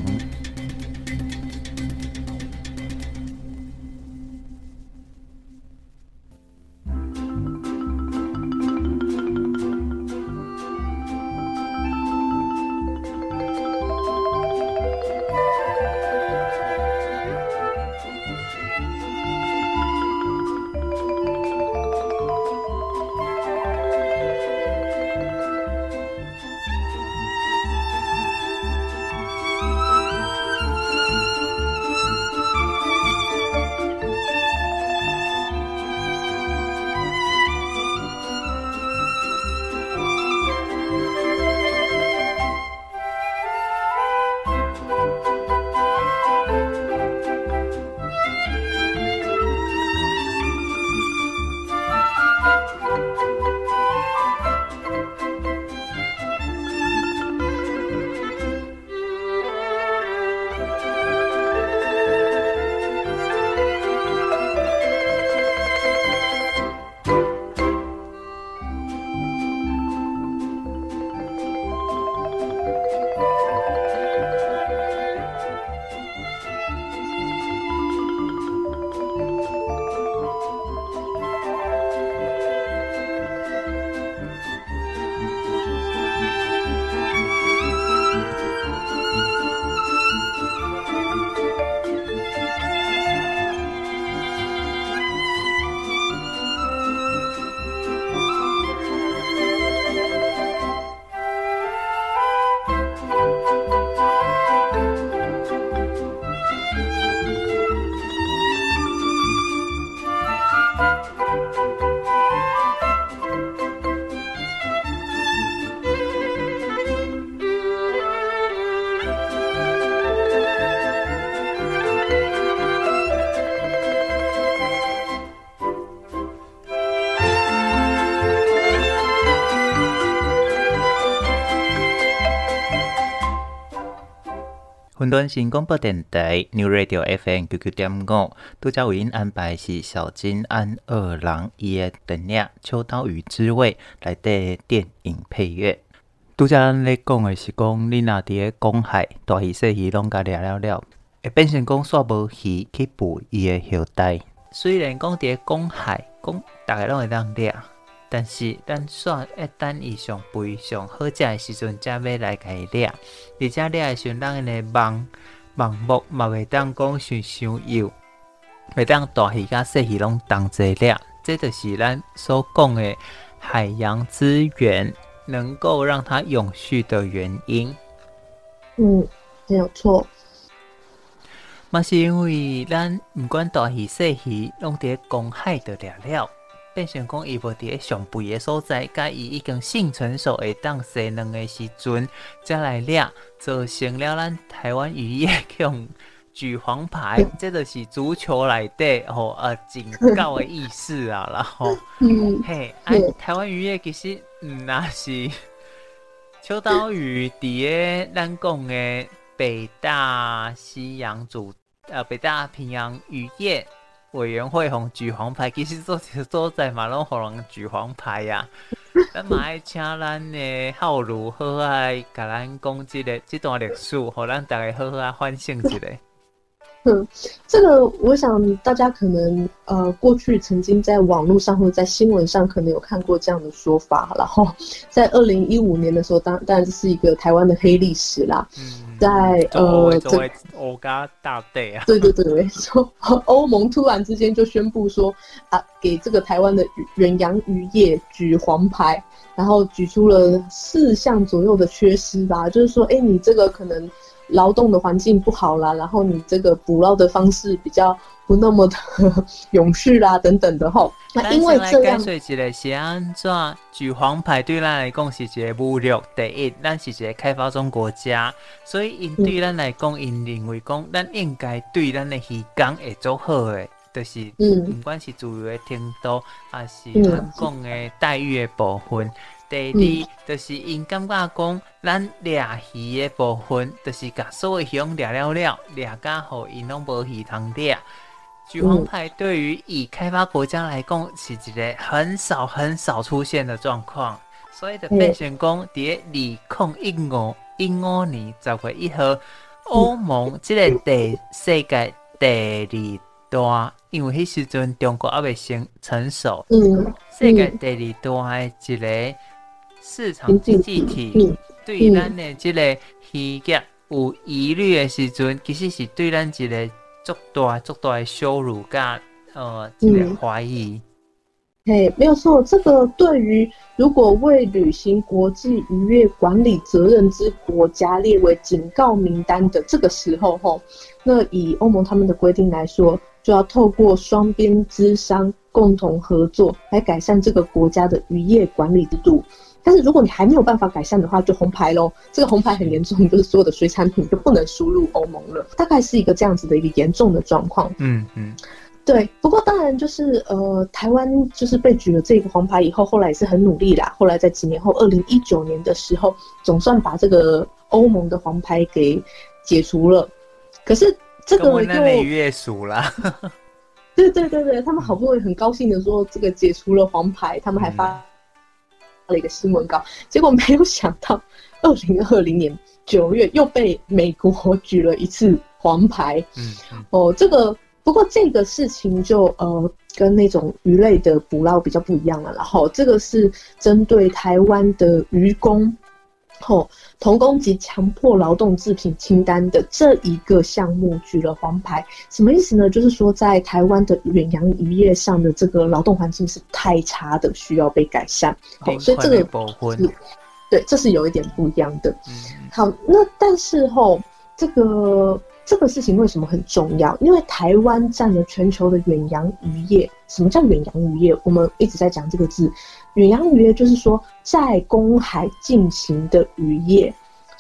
S5: 云端新广播电台 New Radio F M 九九点五，拄则为因安排是小金安二郎伊的电影《秋刀鱼之味》内底电影配乐。拄则咱咧讲的是讲，你若伫咧公海大鱼小鱼拢甲掠了了，会变成讲煞无鱼去捕伊的后代。虽然讲伫咧公海，讲大家拢会当掠。但是，咱煞一等伊上肥上好食的时阵，才要来甲伊掠。而且掠的时阵，咱的网网目嘛袂当讲是伤幼，袂当大鱼甲细鱼拢同齐掠。这就是咱所讲的海洋资源能够让它永续的原因。
S4: 嗯，没有错。
S5: 嘛是因为咱不管大鱼细鱼，拢伫公海的掠了。变成讲伊无伫咧上肥的所在，甲伊已经性成熟会当生卵的时阵，才来掠，造成了咱台湾渔业用举黄牌，这就是足球内底吼呃警告的意思啊，然后嗯嘿，啊台湾渔业其实嗯那是秋刀鱼伫咧咱讲的北大西洋主呃北大平洋渔业委员会红举黄牌，其实做所在嘛拢互人举黄牌呀、啊。咱嘛爱请咱的浩如好爱甲咱讲即个即段历史，互咱大家好好啊反省一下。
S4: 嗯，这个我想大家可能呃过去曾经在网络上或者在新闻上可能有看过这样的说法，然后在二零一五年的时候，当当然这是一个台湾的黑历史啦。嗯，在呃
S5: 作为欧加大队啊，
S4: 对对对，没错，欧盟突然之间就宣布说啊，给这个台湾的远洋渔业举黄牌，然后举出了四项左右的缺失吧，就是说，哎，你这个可能劳动的环境不好啦，然后你这个捕捞的方式比较不那么的永续啦，等等的吼。那因为这样，
S5: 咱先来解释一下是安怎举黄牌对咱来讲是一个侮辱。第一，咱是一个开发中国家，所以因对咱来讲，因、嗯、认为讲，咱应该对咱的渔港会做好的，就是嗯，不管是自由的程度，还是咱讲的待遇的部分。嗯第二、嗯、就是因感觉讲，咱掠鱼的部分，就是甲所有鱼拢掠了了，掠甲互因拢无鱼通掠。举黄牌对于已开发国家来讲，是一个很少很少出现的状况，所以就变成讲，伫二零一五一五年十月一号，欧盟即个第世界第二大，因为迄时阵中国还未成成熟，嗯、世界第二大的一个。市场经济体、嗯、对咱的这个渔业有疑虑的时阵，其实是对咱一个足大足大的羞辱甲呃一个怀疑。
S4: 嘿、嗯，没有错，这个对于如果未履行国际渔业管理责任之国家列为警告名单的这个时候吼，那以欧盟他们的规定来说，就要透过双边咨商共同合作来改善这个国家的渔业管理制度。但是如果你还没有办法改善的话，就红牌咯。这个红牌很严重，就是所有的水产品就不能输入欧盟了。大概是一个这样子的一个严重的状况。嗯嗯，对。不过当然就是呃，台湾就是被举了这个黄牌以后，后来也是很努力啦。后来在几年后，二零一九年的时候，总算把这个欧盟的黄牌给解除了。可是这个又
S5: 那越数啦。
S4: 对对对对，他们好不容易很高兴的说这个解除了黄牌，他们还发。嗯了一个新闻稿，结果没有想到，二零二零年九月又被美国举了一次黄牌。嗯，嗯哦，这个不过这个事情就呃跟那种鱼类的捕捞比较不一样了，然后这个是针对台湾的渔工。后童工及强迫劳动制品清单的这一个项目举了黄牌，什么意思呢？就是说在台湾的远洋渔业上的这个劳动环境是太差的，需要被改善。好，所以这个是对，这是有一点不一样的。嗯、好，那但是后这个这个事情为什么很重要？因为台湾占了全球的远洋渔业。什么叫远洋渔业？我们一直在讲这个字。远洋渔业就是说在公海进行的渔业，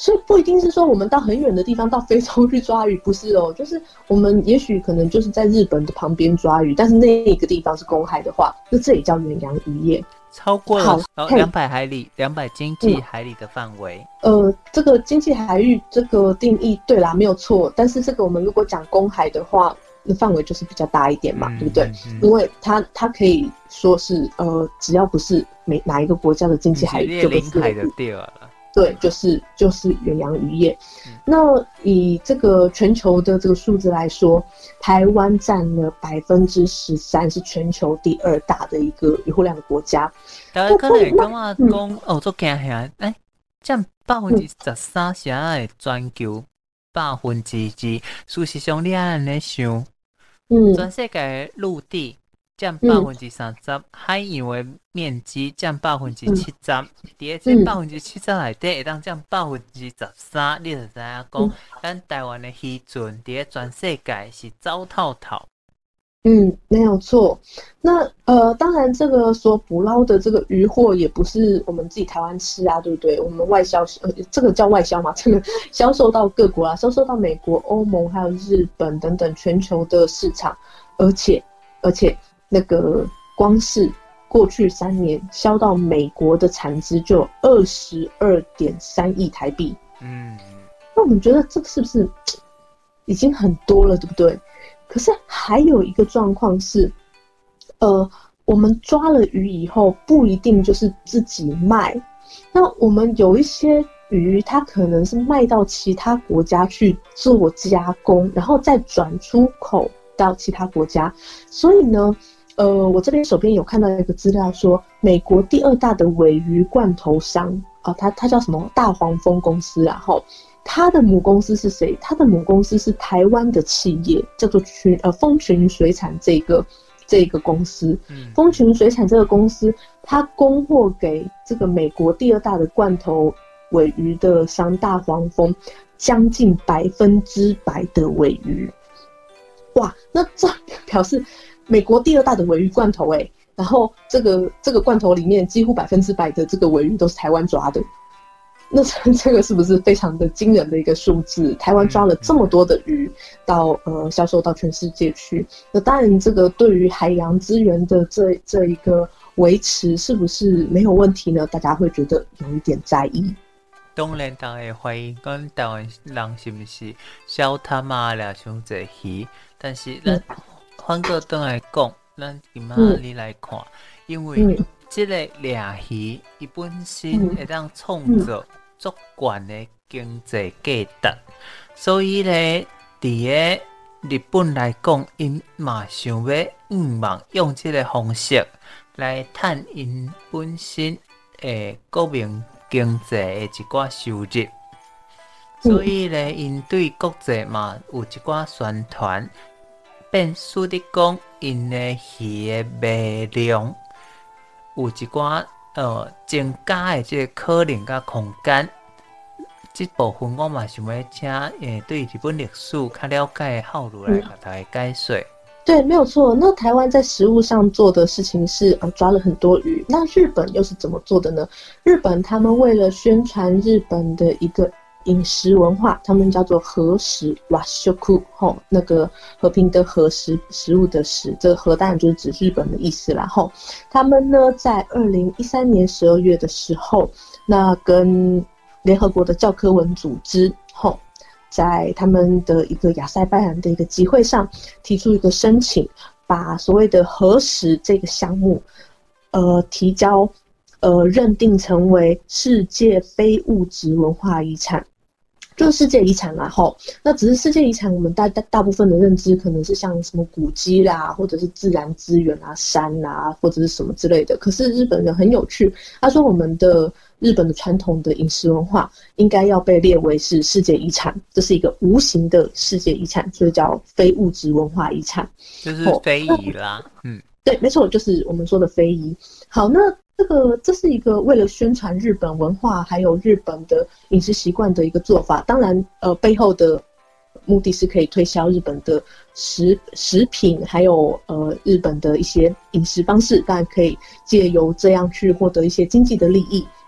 S4: 所以不一定是说我们到很远的地方，到非洲去抓鱼，不是哦，就是我们也许可能就是在日本的旁边抓鱼，但是那个地方是公海的话，那这也叫远洋渔业。
S5: 超过了两百海里、两百经济海里的范围、
S4: 嗯。呃，这个经济海域这个定义，对啦，没有错。但是这个我们如果讲公海的话，那范围就是比较大一点嘛，嗯、对不对？嗯、因为它它可以说是呃，只要不是每哪一个国家的经济海域，就不是
S5: 海的地了。
S4: 对，就是就是远洋渔业。嗯、那以这个全球的这个数字来说，台湾占了百分之十三，是全球第二大的一个渔获量的国家。
S5: 台湾可能会感觉讲哦，做惊吓，哎，占百分之十三，是爱全球百分之二。事实上，你安尼想，嗯，全世界陆地占百分之三十，嗯、海洋的面积占百分之七十，伫咧这百分之七十内底，会当占百分之十三，你就知影讲，咱台湾的渔船伫咧全世界是走透透。
S4: 嗯，没有错。那呃，当然，这个所捕捞的这个渔获也不是我们自己台湾吃啊，对不对？我们外销，呃，这个叫外销嘛，这个销售到各国啊，销售到美国、欧盟还有日本等等全球的市场，而且而且那个光是过去三年销到美国的产值就有二十二点三亿台币。嗯，那我们觉得这个是不是已经很多了，对不对？可是还有一个状况是，呃，我们抓了鱼以后，不一定就是自己卖。那我们有一些鱼，它可能是卖到其他国家去做加工，然后再转出口到其他国家。所以呢，呃，我这边手边有看到一个资料说，美国第二大的鲔鱼罐头商啊、呃，它它叫什么大黄蜂公司，然后。它的母公司是谁？它的母公司是台湾的企业，叫做群呃丰群水产这个这个公司。嗯，丰群水产这个公司，它供货给这个美国第二大的罐头鲔鱼的商大黄蜂，将近百分之百的鲔鱼。哇，那这表示美国第二大的鲔鱼罐头哎、欸，然后这个这个罐头里面几乎百分之百的这个鲔鱼都是台湾抓的。那这个是不是非常的惊人的一个数字？台湾抓了这么多的鱼到呃销售到全世界去，那当然这个对于海洋资源的这这一个维持是不是没有问题呢？大家会觉得有一点在意。
S5: 当然，大家会怀疑讲台湾人是不是小贪嘛了伤济鱼，但是咱反过倒来讲，咱今仔日来看，嗯、因为这个掠鱼伊本身会当创造足悬的经济价值，所以咧，伫个日本来讲，因嘛想要希望用这个方式来赚因本身诶国民经济的一寡收入，所以咧，因对国际嘛有一寡宣传，变使得讲因的鱼的卖量有一寡。呃，增加的这个可能甲空间，这部分我嘛想要请诶对日本历史较了解的浩如来给大家解说。
S4: 对，没有错。那台湾在食物上做的事情是呃抓了很多鱼，那日本又是怎么做的呢？日本他们为了宣传日本的一个饮食文化，他们叫做和食 washoku 吼，那个和平的和食，食物的食，这个和当然就是指日本的意思啦吼。他们呢在二零一三年十二月的时候，那跟联合国的教科文组织吼，在他们的一个亚塞拜然的一个集会上提出一个申请，把所谓的和食这个项目，呃提交呃认定成为世界非物质文化遗产。就是世界遗产啦，吼，那只是世界遗产，我们大大大部分的认知可能是像什么古迹啦，或者是自然资源啊、山啊，或者是什么之类的。可是日本人很有趣，他说我们的日本的传统的饮食文化应该要被列为是世界遗产，这是一个无形的世界遗产，所以叫非物质文化遗产，
S5: 就是非遗啦。嗯，
S4: 对，没错，就是我们说的非遗。好，那。这个这是一个为了宣传日本文化还有日本的饮食习惯的一个做法，当然呃背后的目的是可以推销日本的食食品，还有呃日本的一些饮食方式，当然可以借由这样去获得一些经济的利益。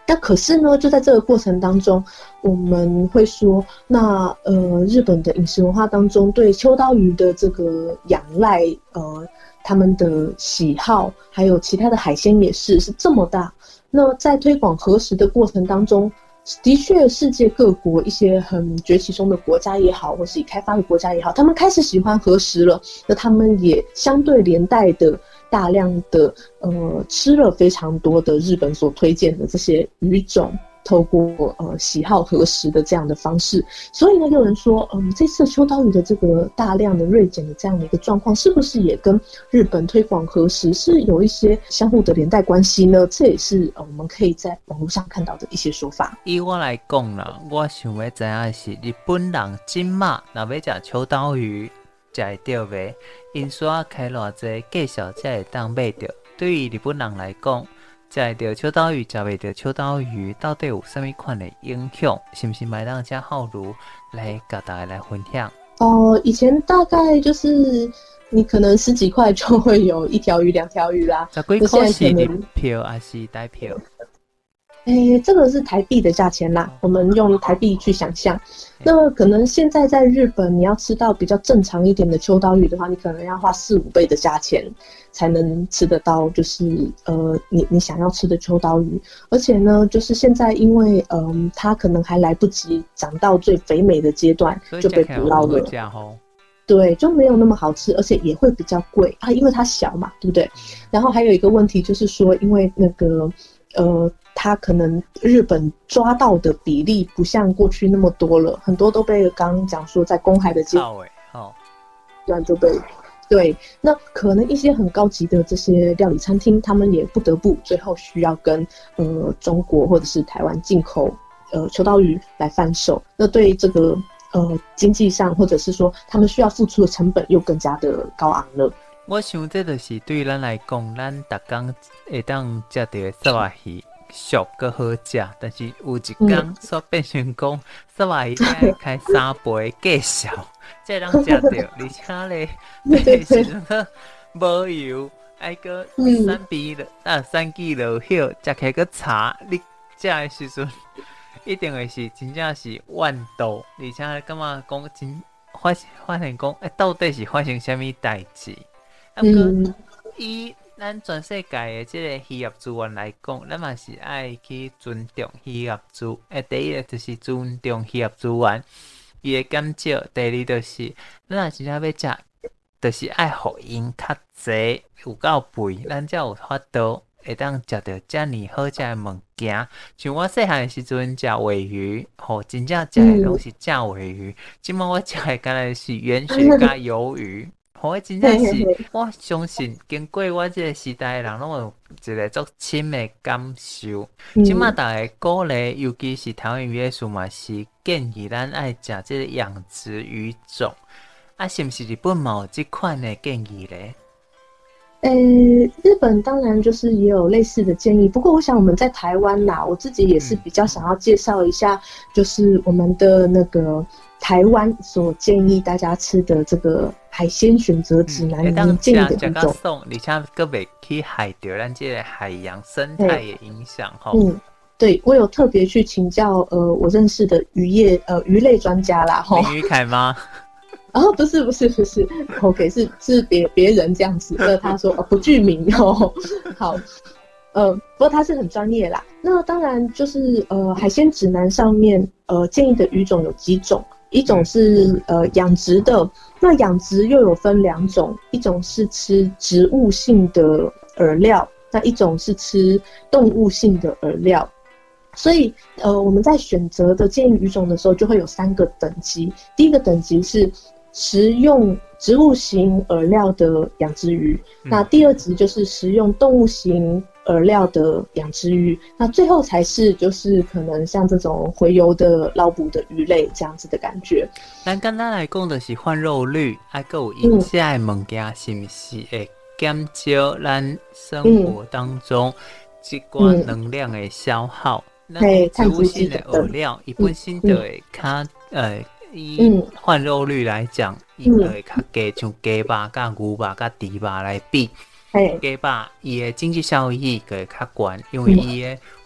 S4: 但可是呢，就在这个过程当中，我们会说，那呃，日本的饮食文化当中对秋刀鱼的这个仰赖，呃，他们的喜好，还有其他的海鲜也是是这么大。那在推广和食的过程当中，的确，世界各国一些很崛起中的国家也好，或是已开发的国家也好，他们开始喜欢和食了，那他们也相对连带的大量的呃吃了非常多的日本所推荐的这些鱼种。透过呃喜好和食的这样的方式，所以呢，有人说，嗯，这次秋刀鱼的这个大量的锐减的这样的一个状况，是不是也跟日本推广和食是有一些相互的连带关系呢？这也是呃我们可以在网络上看到的一些说法。
S5: 以我来讲啦，我想要知影是日本人今嘛若要食秋刀鱼，食会到袂？因所开偌济介绍才会当买到。对于日本人来讲，食会到秋刀鱼，食袂到秋刀鱼，到底有啥物款的影响？是不是麦当家浩如来甲大家来分享？
S4: 哦，以前大概就是你可能十几块就会有一条鱼、两条鱼啦。
S5: 十几块是日票还是台票？
S4: 诶，这个是台币的价钱啦，我们用台币去想象。那可能现在在日本，你要吃到比较正常一点的秋刀鱼的话，你可能要花四五倍的价钱才能吃得到，就是呃，你你想要吃的秋刀鱼。而且呢，就是现在因为嗯、呃，它可能还来不及长到最肥美的阶段，就被捕捞了。对，就没有那么好吃，而且也会比较贵啊，因为它小嘛，对不对？然后还有一个问题就是说，因为那个呃。它可能日本抓到的比例不像过去那么多了，很多都被刚刚讲说在公海的阶段就被对，那可能一些很高级的这些料理餐厅，他们也不得不最后需要跟呃中国或者是台湾进口呃秋刀鱼来贩售，那对这个呃经济上或者是说他们需要付出的成本又更加的高昂了。
S5: 我想这就是对咱来讲，咱逐工会当食到的沙瓦鱼。俗个好食，但是有一天煞变成讲，沙瓦鱼该开三倍计小，才能食到，而且咧，这时阵无油，爱个三比了，啊三记落叶，食起个茶，你食的时阵一定会是真正是万度，而且感觉讲真发发现讲，哎，到底是发生啥物代志？啊，不过伊。咱全世界的这个渔业资源来讲，咱嘛是爱去尊重渔业资。诶，第一个就是尊重渔业资源，伊会减少；第二就是咱若真正要食，就是爱互因较济，有够肥，咱才有法度会当食到遮尔好食的物件。像我细汉的时阵食鲔鱼，吼，真正食的拢是正鲔鱼。即摆我食的敢若是原血加鱿鱼。我真正是，我相信经过我这个时代的人，拢有一个足深的感受。即马大家鼓励，尤其是台湾渔业署嘛，是建议咱爱食这个养殖鱼种。啊，是不是日本嘛有这款的建议咧？
S4: 呃，日本当然就是也有类似的建议，不过我想我们在台湾啦，我自己也是比较想要介绍一下，就是我们的那个台湾所建议大家吃的这个海鲜选择指南里面建议的一种，
S5: 而且佫袂去害到咱这个海洋生态的影响吼。
S4: 嗯，对，我有特别去请教呃我认识的渔业呃鱼类专家啦吼。
S5: 林宇凯吗？
S4: 哦，不是不是不是 ，OK， 是是别别人这样子，那他说哦不具名哦，好，呃，不过他是很专业啦。那当然就是呃海鲜指南上面呃建议的鱼种有几种，一种是呃养殖的，那养殖又有分两种，一种是吃植物性的饵料，那一种是吃动物性的饵料。所以，呃，我们在选择的建议鱼种的时候，就会有三个等级。第一个等级是食用植物型饵料的养殖鱼，嗯、那第二级就是食用动物型饵料的养殖鱼，那最后才是就是可能像这种洄游的捞捕的鱼类这样子的感觉。
S5: 咱简单来讲，就是换肉率，还有有饮食的物件，是不是会减少咱生活当中一寡能量的消耗？咱、嗯、植物性的饵料，伊、嗯、本身就会较、嗯、呃。以换肉率来讲，伊就会较低，像鸡肉、甲牛肉、甲猪肉来比，鸡肉伊的经济效益就会较悬，因为伊的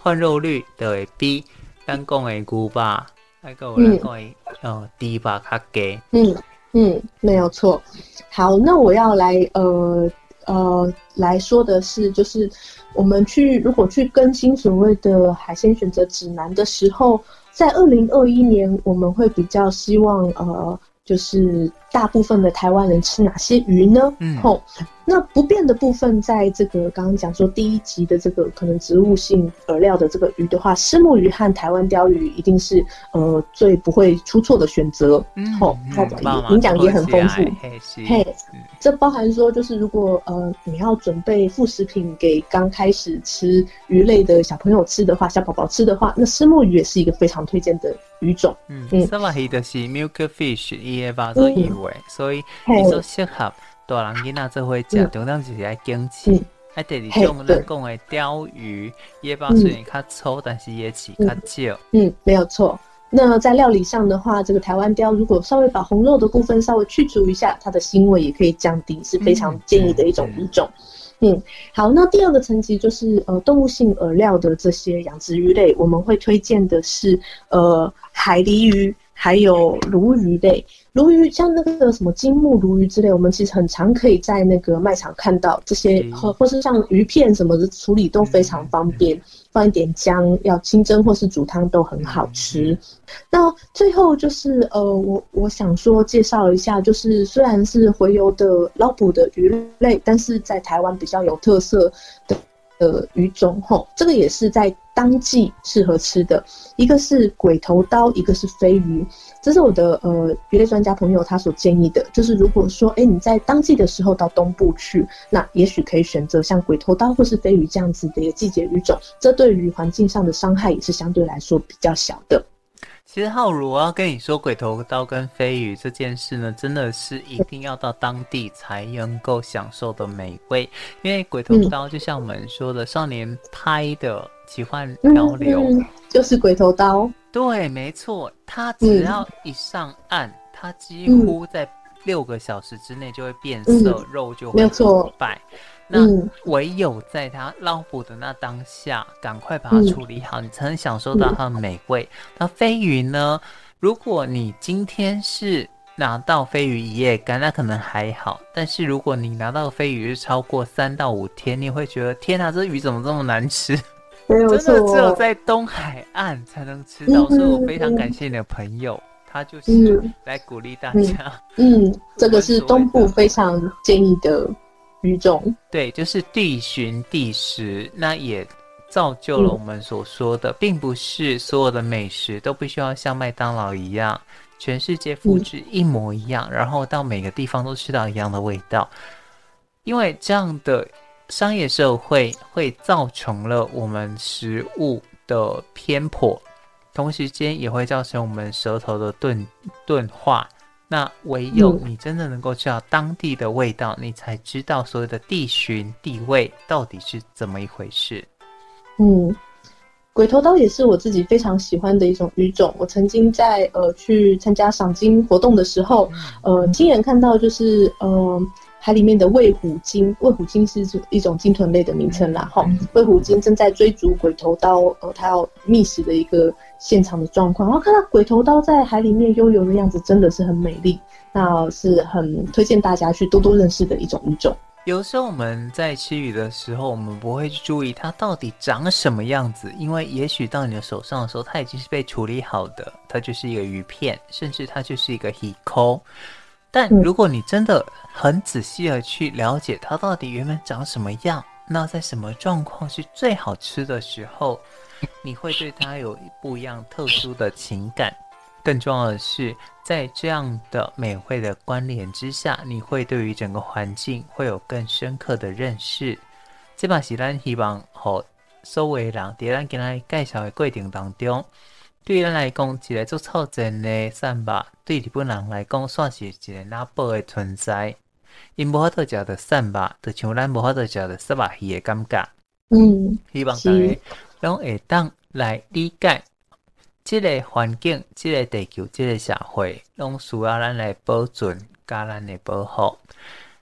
S5: 换肉率就会比咱讲的牛肉，还有咱讲的呃猪肉较低。
S4: 嗯嗯，没有错。好，那我要来呃呃来说的是，就是我们去如果去更新所谓的海鲜选择指南的时候，在二零二一年我们会比较希望呃。就是大部分的台湾人吃哪些鱼呢？嗯，吼，那不变的部分，在这个刚刚讲说第一集的这个可能植物性饵料的这个鱼的话，虱目鱼和台湾鲷鱼一定是呃最不会出错的选择。嗯，吼，它的营养也很丰富。嘿，这包含说就是如果呃你要准备副食品给刚开始吃鱼类的小朋友吃的话，小宝宝吃的话，那虱目鱼也是一个非常推荐的鱼种。
S5: 嗯，虱目鱼就是 milk fish， 伊的肉做油的，所以伊所适合大人囡仔做伙食，重点就是爱经济。啊，第二种咱讲的鲷鱼，伊的肉虽然较粗，但是伊的刺较少。
S4: 嗯，没有错。那在料理上的话，这个台湾鲷如果稍微把红肉的部分稍微去除一下，它的腥味也可以降低，是非常建议的一种鱼种。嗯，好，那第二个层级就是呃动物性饵料的这些养殖鱼类，我们会推荐的是呃海鲢鱼。还有鲈鱼类，鲈鱼像那个什么金目鲈鱼之类，我们其实很常可以在那个卖场看到这些，或或是像鱼片什么的处理都非常方便，放一点姜，要清蒸或是煮汤都很好吃。那最后就是呃，我我想说介绍一下，就是虽然是洄游的捞捕的鱼类，但是在台湾比较有特色的。的鱼种吼，这个也是在当季适合吃的，一个是鬼头刀，一个是飞鱼。这是我的呃鱼类专家朋友他所建议的，就是如果说哎你在当季的时候到东部去，那也许可以选择像鬼头刀或是飞鱼这样子的一个季节鱼种，这对于环境上的伤害也是相对来说比较小的。
S5: 其实浩如，我要跟你说，鬼头刀跟飞鱼这件事呢，真的是一定要到当地才能够享受的美味。因为鬼头刀就像我们说的，少年拍的《奇幻漂流》
S4: 嗯嗯，就是鬼头刀。
S5: 对，没错，它只要一上岸，嗯、它几乎在六个小时之内就会变色，嗯、肉就会腐败。那唯有在它捞捕的那当下，赶快把它处理好，嗯、你才能享受到它的美味。那飞鱼呢？如果你今天是拿到飞鱼一夜干，那可能还好。但是如果你拿到飞鱼是超过三到五天，你会觉得天哪，这鱼怎么这么难吃？真的只有在东海岸才能吃到。嗯、所以我非常感谢你的朋友，他就是来鼓励大家。
S4: 嗯，嗯这个是东部非常建议的。鱼种
S5: 对，就是地寻地食，那也造就了我们所说的，嗯、并不是所有的美食都必须要像麦当劳一样，全世界复制一模一样，嗯、然后到每个地方都吃到一样的味道，因为这样的商业社会会造成了我们食物的偏颇，同时间也会造成我们舌头的钝钝化。那唯有你真的能够吃到当地的味道，嗯、你才知道所有的地寻地味到底是怎么一回事。
S4: 嗯，鬼头刀也是我自己非常喜欢的一种鱼种。我曾经在呃去参加赏鲸活动的时候，呃亲眼看到就是呃海里面的卫虎鲸，卫虎鲸是一种鲸豚类的名称啦，哈，卫虎鲸正在追逐鬼头刀，呃，它要觅食的一个现场的状况，然后看到鬼头刀在海里面悠游的样子，真的是很美丽，那是很推荐大家去多多认识的一种鱼种。
S5: 有时候我们在吃鱼的时候，我们不会去注意它到底长什么样子，因为也许到你的手上的时候，它已经是被处理好的，它就是一个鱼片，甚至它就是一个鱼扣。但如果你真的很仔细的去了解它到底原本长什么样，那在什么状况是最好吃的时候，你会对它有不一样特殊的情感。更重要的是，在这样的美味的关联之下，你会对于整个环境会有更深刻的认识。这嘛是咱希望给所有人在咱今天介绍的过程当中，对咱来讲一个做凑整的散肉，对日本人来讲算是一个拿宝的存在。因无法度食的散肉，就像咱无法度食的虱目鱼的感觉。
S4: 嗯，
S5: 希望大家拢会当来理解，这个环境、这个地球、这个社会，拢需要咱来保存，加咱的保护。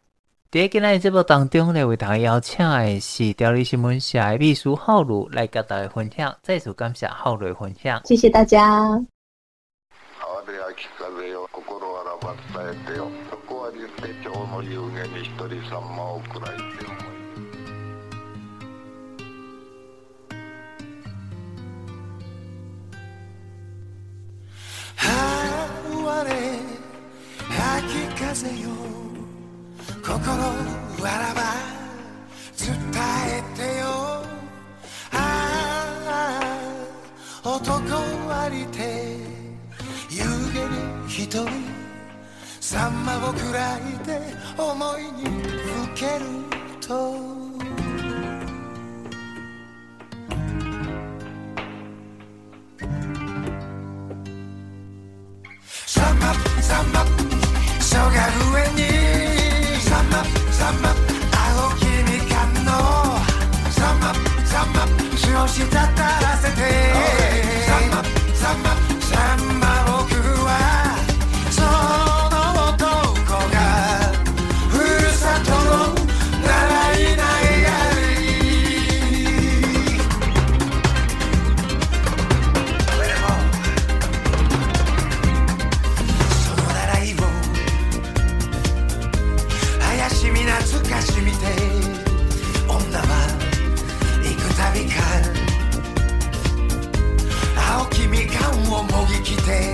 S5: 在今日节目当中呢，为大家邀请的是条理新闻社的秘书浩如来跟大家分享。再次感谢浩如的分享，
S4: 谢谢大家。
S7: 心わらば伝えてよああ男ありて夕げに一人さんまをくらいで思いにふけるとさんまさんまそが上にサンマサンマ青きみかんのサンマサンマ潮滴らせてサンマサンマサンマ僕はその男がふるさとの習いないやりその習いを怪しみ懐かしみて女は幾度か青きみかんをもぎきて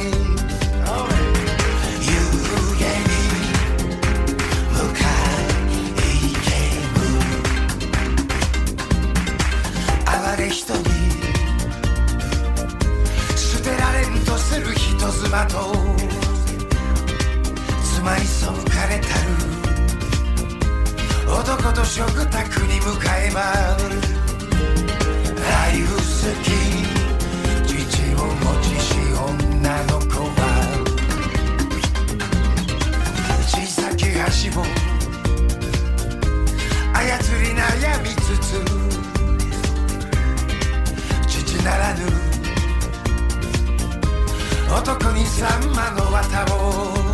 S7: 夕げに向かいけむ哀れ人に捨てられんとする人妻と妻に背かれたる男と食卓に向かえばあゆすき父を持ちし女の子は小さき足を操り悩みつつ父ならぬ男にさんまの綿を